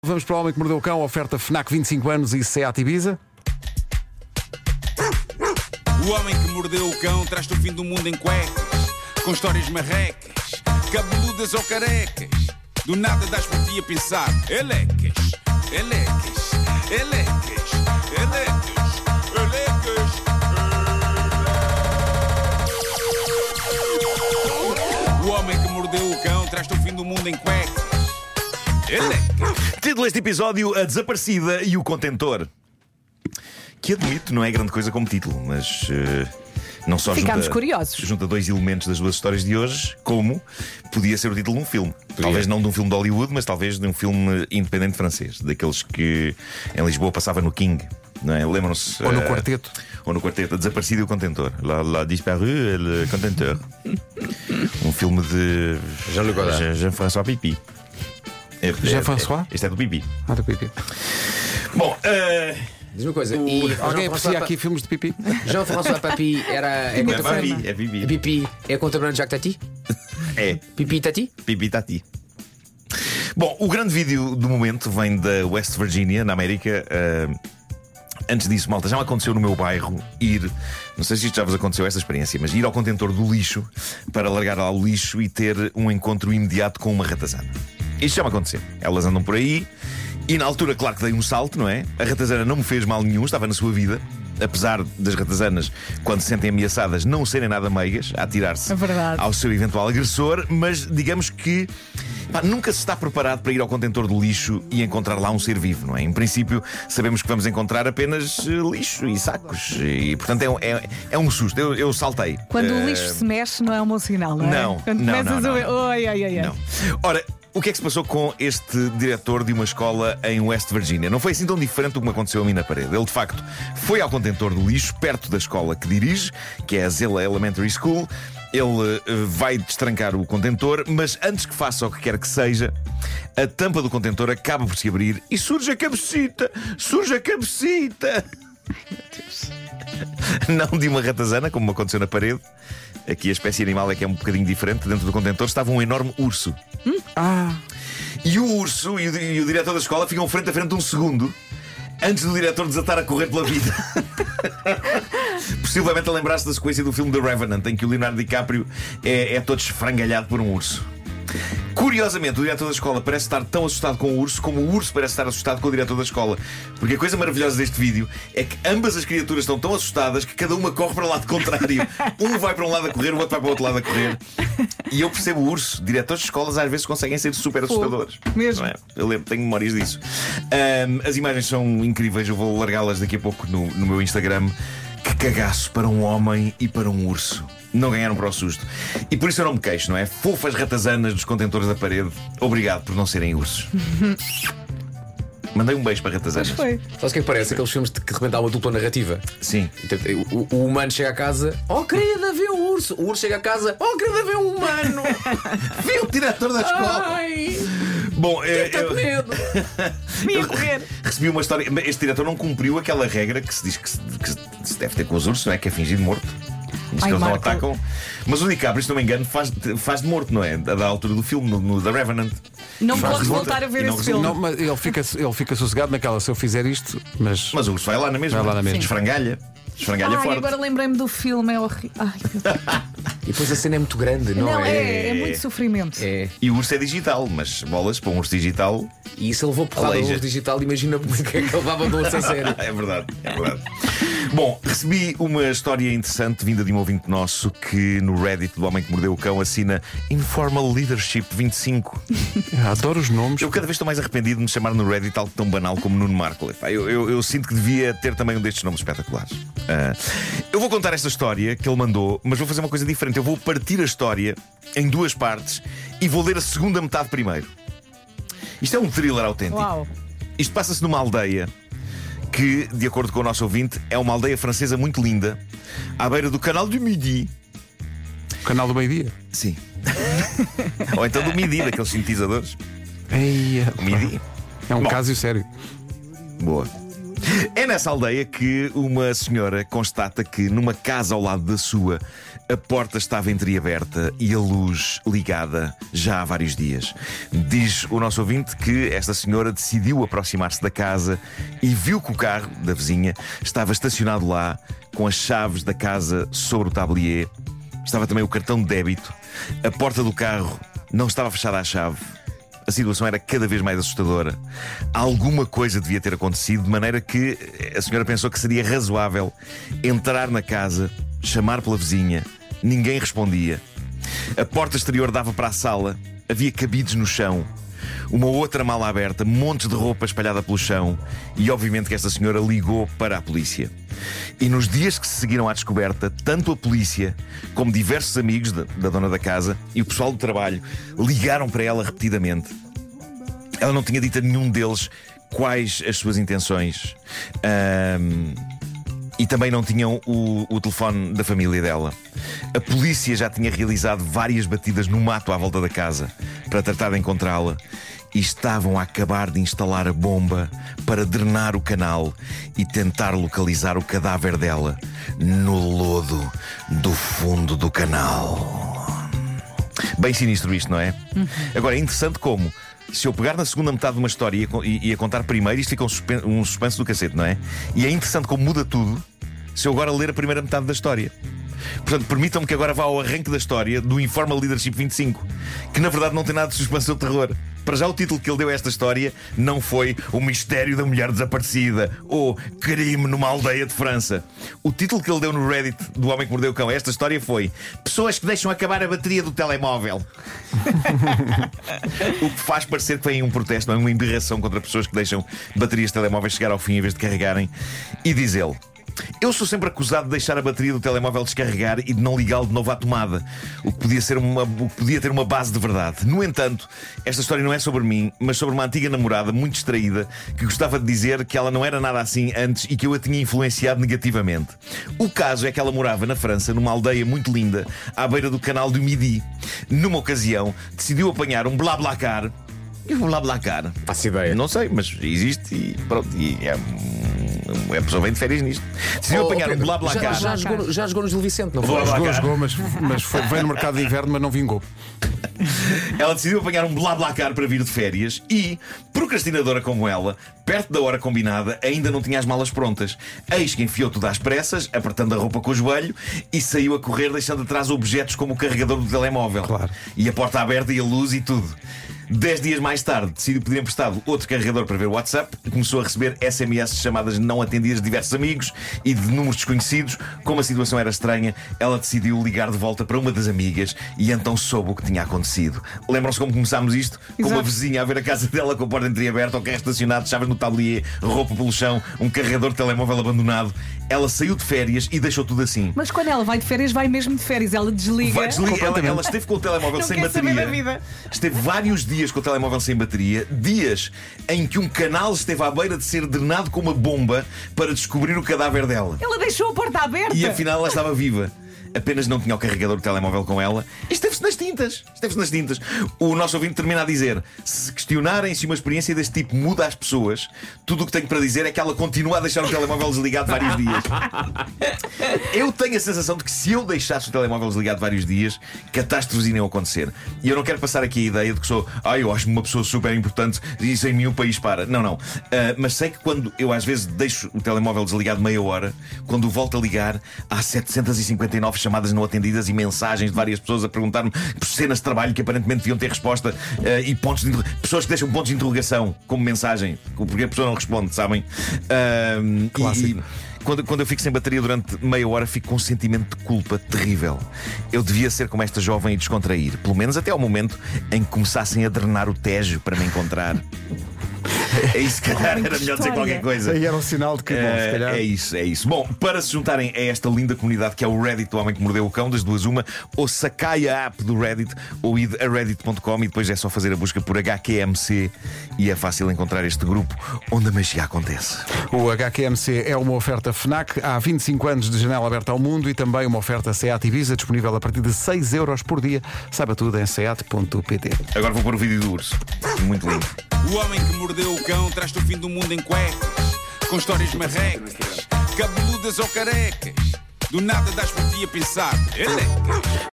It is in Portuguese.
vamos para o Homem que Mordeu o Cão, oferta FNAC 25 anos e SEAT Ibiza. O Homem que Mordeu o Cão traz-te o fim do mundo em cuecas, com histórias marrecas, cabeludas ou carecas. Do nada das por ti a pensar: elecas, elecas, elecas, elecas, elecas. O Homem que Mordeu o Cão traz-te o fim do mundo em cuecas. Elecas. Título deste episódio: A Desaparecida e o Contentor. Que admito, não é grande coisa como título, mas não só ficámos curiosos. Junta dois elementos das duas histórias de hoje, como podia ser o título de um filme. Talvez não de um filme de Hollywood, mas talvez de um filme independente francês, daqueles que em Lisboa passava no King, não é? Lembram-se? Ou no Quarteto. Ou no Quarteto, A Desaparecida e o Contentor. La disparu et le contenteur. Um filme de Jean-Luc Godard. Jean-François Pipi. Jean-François? Este é do Pipi. Do Pipi. Bom, Diz-me uma coisa. Alguém aprecia aqui filmes de Pipi? Jean-François Papi é Pipi, é Pipi. Pipi é contemporâneo de Jacques Tati? É. Pipi Tati? Pipi Tati. Bom, o grande vídeo do momento vem da West Virginia, na América. Antes disso, malta, já me aconteceu no meu bairro ir, não sei se isto já vos aconteceu essa experiência, mas ir ao contentor do lixo para largar lá o lixo e ter um encontro imediato com uma ratazana. Isto já me aconteceu. Elas andam por aí e na altura, claro que dei um salto, não é? A ratazana não me fez mal nenhum, estava na sua vida. Apesar das ratazanas, quando se sentem ameaçadas, não serem nada meigas a atirar-se ao seu eventual agressor, mas digamos que nunca se está preparado para ir ao contentor do lixo e encontrar lá um ser vivo, não é? Em princípio, sabemos que vamos encontrar apenas lixo e sacos e, portanto, é um susto. Eu saltei. Quando o lixo se mexe, não é um bom sinal, não é? Não, Quando não, começas não, a ver. não. Oi. Não. Ora, o que é que se passou com este diretor de uma escola em West Virginia? Não foi assim tão diferente do que me aconteceu a mim na parede. Ele, de facto, foi ao contentor do lixo, perto da escola que dirige, que é a Zela Elementary School. Ele vai destrancar o contentor, mas antes que faça o que quer que seja, a tampa do contentor acaba por se abrir e surge a cabecita! Surge a cabecita! Ai, meu Deus. Não de uma ratazana, como me aconteceu na parede. Aqui a espécie animal é que é um bocadinho diferente. Dentro do contentor estava um enorme urso. E o urso e o diretor da escola ficam frente a frente um segundo antes do diretor desatar a correr pela vida. Possivelmente a lembrar-se da sequência do filme The Revenant, em que o Leonardo DiCaprio é todo esfrangalhado por um urso. Curiosamente, o diretor da escola parece estar tão assustado com o urso como o urso parece estar assustado com o diretor da escola. Porque a coisa maravilhosa deste vídeo é que ambas as criaturas estão tão assustadas que cada uma corre para o lado contrário. Um vai para um lado a correr, o outro vai para o outro lado a correr. E eu percebo o urso. Diretores de escolas às vezes conseguem ser super assustadores. Mesmo. Não é? Eu lembro, tenho memórias disso. As imagens são incríveis. Eu vou largá-las daqui a pouco no meu Instagram. Que cagaço para um homem e para um urso. Não ganharam para o susto. E por isso eu não me queixo, não é? Fofas ratazanas dos contentores da parede, obrigado por não serem ursos. Mandei um beijo para ratazanas. Foi. Sabes o que é que parece? Aqueles filmes de que de repente há uma dupla narrativa. Sim. O humano chega a casa, oh querida, vê o urso. O urso chega a casa, oh querida, vê o humano. Vê o diretor da escola. Ai, Bom, está com medo. Vim a correr. recebi uma história. Este diretor não cumpriu aquela regra que se diz que se deve ter com os ursos, não é? Que é fingir de morto. Diz que eles não Marco. atacam. Mas o DiCaprio, se não me engano, faz de morto, não é? Da altura do filme, no The Revenant. Não Faz podes de morto voltar a ver e não esse resulta. filme. Não, mas ele fica sossegado naquela, se eu fizer isto, mas Mas o urso vai lá na mesma. Vai lá na mesma. Esfrangalha. Esfrangalha Ai, forte. agora lembrei-me do filme, é horrível. Ai, meu Deus. E depois a cena é muito grande, não, Não, é muito sofrimento. É. E o urso é digital, mas bolas para um urso digital. E se ele levou porrada Aleija. no urso digital, imagina o que é que ele levava do urso a sério. É verdade, é verdade. Bom, recebi uma história interessante vinda de um ouvinte nosso que no Reddit do Homem que Mordeu o Cão assina Informal Leadership 25. adoro os nomes. Eu cada vez estou mais arrependido de me chamar no Reddit algo tão banal como Nuno Marco. Eu sinto que devia ter também um destes nomes espetaculares. Eu vou contar esta história que ele mandou, mas vou fazer uma coisa diferente. Eu vou partir a história em duas partes e vou ler a segunda metade primeiro. Isto é um thriller autêntico. Uau. Isto passa-se numa aldeia que, de acordo com o nosso ouvinte, é uma aldeia francesa muito linda, à beira do Canal du Midi. Canal do Meio-Dia. Sim. Ou então do Midi, daqueles sintetizadores. Eia, O Midi. é um Bom. caso sério. Boa. É nessa aldeia que uma senhora constata que numa casa ao lado da sua a porta estava entreaberta e a luz ligada já há vários dias. Diz o nosso ouvinte que esta senhora decidiu aproximar-se da casa e viu que o carro da vizinha estava estacionado lá com as chaves da casa sobre o tablier. Estava também o cartão de débito. A porta do carro não estava fechada à chave. A situação era cada vez mais assustadora. Alguma coisa devia ter acontecido, de maneira que a senhora pensou que seria razoável entrar na casa, chamar pela vizinha. Ninguém respondia. A porta exterior dava para a sala. Havia cabides no chão. Uma outra mala aberta, montes de roupa espalhada pelo chão. E obviamente que esta senhora ligou para a polícia. E nos dias que se seguiram à descoberta, tanto a polícia como diversos amigos da dona da casa e o pessoal do trabalho ligaram para ela repetidamente. Ela não tinha dito a nenhum deles quais as suas intenções. E também não tinham o telefone da família dela. A polícia já tinha realizado várias batidas no mato à volta da casa para tratar de encontrá-la. E estavam a acabar de instalar a bomba para drenar o canal e tentar localizar o cadáver dela no lodo do fundo do canal. Bem sinistro isto, não é? Agora, é interessante como, se eu pegar na segunda metade de uma história e a contar primeiro, isto fica um suspense do cacete, não é? E é interessante como muda tudo se eu agora ler a primeira metade da história. Portanto, permitam-me que agora vá ao arranque da história do Informal Leadership 25, que na verdade não tem nada de suspense ou terror. Para já, o título que ele deu a esta história não foi O Mistério da Mulher Desaparecida ou Crime numa Aldeia de França. O título que ele deu no Reddit do Homem que Mordeu o Cão a esta história foi Pessoas que deixam acabar a bateria do telemóvel. O que faz parecer que vem um protesto, não é? Uma embirração contra pessoas que deixam baterias de telemóveis chegar ao fim em vez de carregarem. E diz ele: eu sou sempre acusado de deixar a bateria do telemóvel descarregar e de não ligá-lo de novo à tomada, o que podia ter uma base de verdade. No entanto, esta história não é sobre mim, mas sobre uma antiga namorada muito distraída que gostava de dizer que ela não era nada assim antes e que eu a tinha influenciado negativamente. O caso é que ela morava na França, numa aldeia muito linda, à beira do canal do Midi. Numa ocasião, decidiu apanhar um BlaBlaCar. E o BlaBlaCar? Faço ideia. Não sei, mas existe e pronto. E a pessoa vem de férias nisto. Decidiu apanhar um BlaBlaCar. Já jogou no Gil Vicente, não foi? Jogou, mas veio no mercado de inverno, mas não vingou. Ela decidiu apanhar um BlaBlaCar para vir de férias e, procrastinadora como ela, perto da hora combinada, ainda não tinha as malas prontas. Eis que enfiou tudo às pressas, apertando a roupa com o joelho, e saiu a correr, deixando atrás objetos como o carregador do telemóvel. Claro. E a porta aberta e a luz e tudo. 10 dias mais tarde, decidiu pedir emprestado outro carregador para ver o WhatsApp. Começou a receber SMS de chamadas não atendidas de diversos amigos e de números desconhecidos. Como a situação era estranha, ela decidiu ligar de volta para uma das amigas e então soube o que tinha acontecido. Lembram-se como começámos isto? Com uma vizinha a ver a casa dela com a porta entreaberta, o carro estacionado, chaves no tablier, roupa pelo chão, um carregador de telemóvel abandonado. Ela saiu de férias e deixou tudo assim. Mas quando ela vai de férias, vai mesmo de férias. Ela desliga. Ela esteve com o telemóvel sem bateria. Esteve vários dias com o telemóvel sem bateria. Dias em que um canal esteve à beira de ser drenado com uma bomba para descobrir o cadáver dela. Ela deixou a porta aberta. E afinal ela estava viva. Apenas não tinha o carregador do telemóvel com ela e esteve-se nas tintas. O nosso ouvinte termina a dizer: se questionarem se uma experiência deste tipo muda as pessoas, tudo o que tenho para dizer é que ela continua a deixar o telemóvel desligado vários dias. Eu tenho a sensação de que se eu deixasse o telemóvel desligado vários dias, catástrofes iriam acontecer. E eu não quero passar aqui a ideia de que eu acho-me uma pessoa super importante e sem mim o país para. Não. Mas sei que quando eu às vezes deixo o telemóvel desligado meia hora, quando volto a ligar, há 759 chamadas não atendidas e mensagens de várias pessoas a perguntar-me por cenas de trabalho que aparentemente deviam ter resposta, e pessoas que deixam pontos de interrogação como mensagem porque a pessoa não responde, sabem? Clássico. Quando eu fico sem bateria durante meia hora, fico com um sentimento de culpa terrível. Eu devia ser como esta jovem e descontrair, pelo menos até ao momento em que começassem a drenar o Tejo para me encontrar. É isso, se calhar era melhor dizer qualquer coisa. Aí era um sinal de que, bom, se calhar... É isso. Bom, para se juntarem a esta linda comunidade que é o Reddit do Homem que Mordeu o Cão, das duas uma, ou sacai a app do Reddit ou id a reddit.com e depois é só fazer a busca por HQMC e é fácil encontrar este grupo onde a magia acontece. O HQMC é uma oferta FNAC, há 25 anos de janela aberta ao mundo, e também uma oferta SEAT Ibiza, disponível a partir de 6 euros por dia. Saiba tudo em seat.pt. Agora vou pôr o vídeo do urso. Muito lindo. O homem que mordeu o cão traz-te o fim do mundo em cuecas, com histórias marrecas, cabeludas ou carecas. Do nada das por ti a pensar, elecas.